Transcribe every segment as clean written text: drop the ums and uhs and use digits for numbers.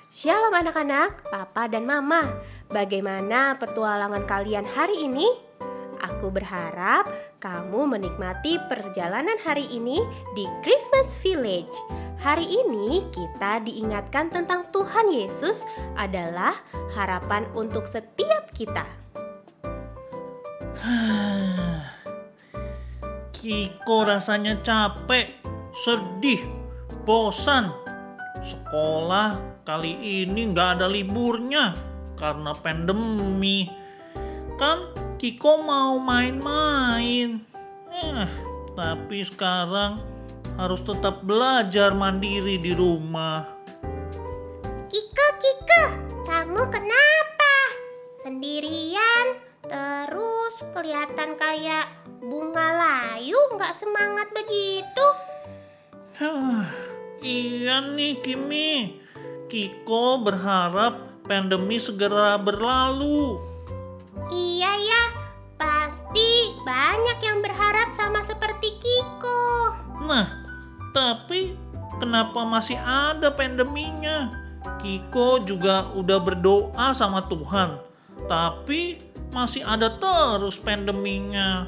Shalom anak-anak, papa dan mama. Bagaimana petualangan kalian hari ini? Aku berharap kamu menikmati perjalanan hari ini di Christmas Village. Hari ini kita diingatkan tentang Tuhan Yesus adalah harapan untuk setiap kita. Kiko rasanya capek, sedih, bosan. Sekolah kali ini nggak ada liburnya karena pandemi. Kan Kiko mau main-main. Tapi sekarang harus tetap belajar mandiri di rumah. Kiko, kamu kenapa? Sendirian, terus kelihatan kayak bunga layu, nggak semangat begitu. Iya nih Kimi, Kiko berharap pandemi segera berlalu. Iya ya, pasti banyak yang berharap sama seperti Kiko. Nah, tapi kenapa masih ada pandeminya? Kiko juga udah berdoa sama Tuhan, tapi masih ada terus pandeminya.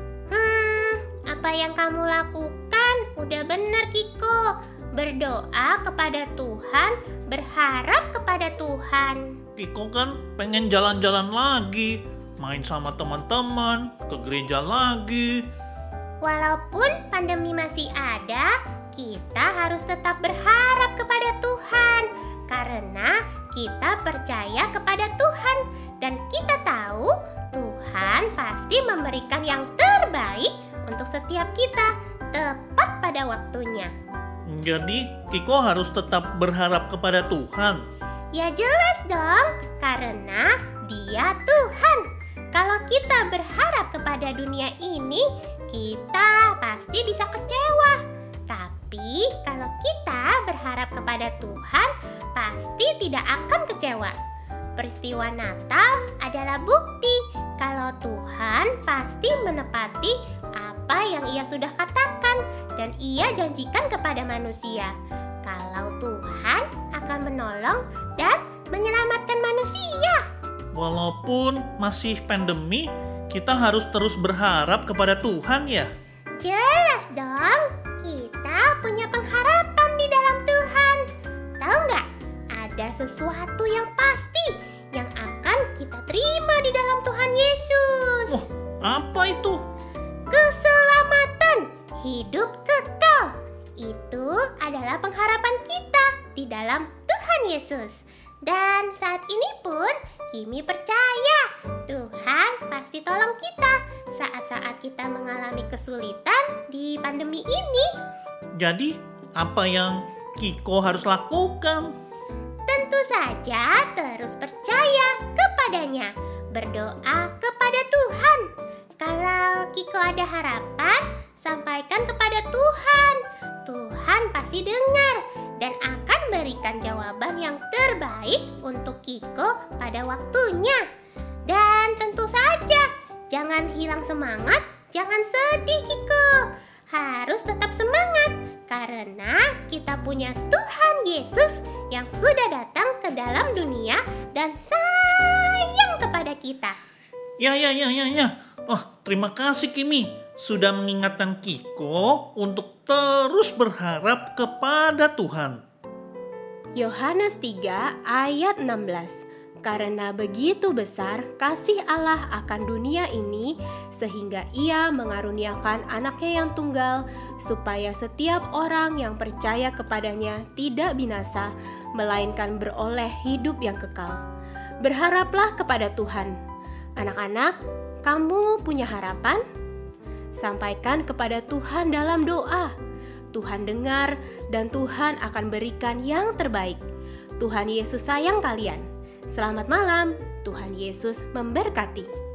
Apa yang kamu lakukan udah benar Kiko. Berdoa kepada Tuhan, berharap kepada Tuhan. Kiko kan pengen jalan-jalan lagi, main sama teman-teman, ke gereja lagi. Walaupun pandemi masih ada, kita harus tetap berharap kepada Tuhan. Karena kita percaya kepada Tuhan. Dan kita tahu Tuhan pasti memberikan yang terbaik untuk setiap kita, tepat pada waktunya. Jadi Kiko harus tetap berharap kepada Tuhan. Ya jelas dong, karena Dia Tuhan. Kalau kita berharap kepada dunia ini, kita pasti bisa kecewa. Tapi kalau kita berharap kepada Tuhan, pasti tidak akan kecewa. Peristiwa Natal adalah bukti kalau Tuhan pasti menepati apa yang Ia sudah katakan dan Ia janjikan kepada manusia. Kalau Tuhan akan menolong dan menyelamatkan manusia. Walaupun masih pandemi, kita harus terus berharap kepada Tuhan ya. Jelas dong, kita punya pengharapan di dalam Tuhan. Tahu nggak? Ada sesuatu yang pasti yang akan kita terima di dalam Tuhan Yesus. Wah, apa itu? Keselamatan, hidup kekal. Itu adalah pengharapan kita di dalam Tuhan Yesus. Dan saat ini pun Kimi percaya Tuhan pasti tolong kita saat-saat kita mengalami kesulitan di pandemi ini. Jadi, apa yang Kiko harus lakukan? Tentu saja terus percaya kepadanya, berdoa kepada Tuhan. Kalau Kiko ada harapan, sampaikan kepada Tuhan. Tuhan pasti dengar dan akan berikan jawaban yang terbaik untuk Kiko pada waktunya. Dan tentu saja, jangan hilang semangat, jangan sedih Kiko. Harus tetap semangat karena kita punya Tuhan Yesus yang sudah datang ke dalam dunia dan sayang kepada kita. Ya. Oh, terima kasih Kimi sudah mengingatkan Kiko untuk terus berharap kepada Tuhan. Yohanes 3 ayat 16. Karena begitu besar kasih Allah akan dunia ini, sehingga Ia mengaruniakan anaknya yang tunggal, supaya setiap orang yang percaya kepadanya tidak binasa, melainkan beroleh hidup yang kekal. Berharaplah kepada Tuhan. Anak-anak, kamu punya harapan? Sampaikan kepada Tuhan dalam doa. Tuhan dengar dan Tuhan akan berikan yang terbaik. Tuhan Yesus sayang kalian. Selamat malam, Tuhan Yesus memberkati.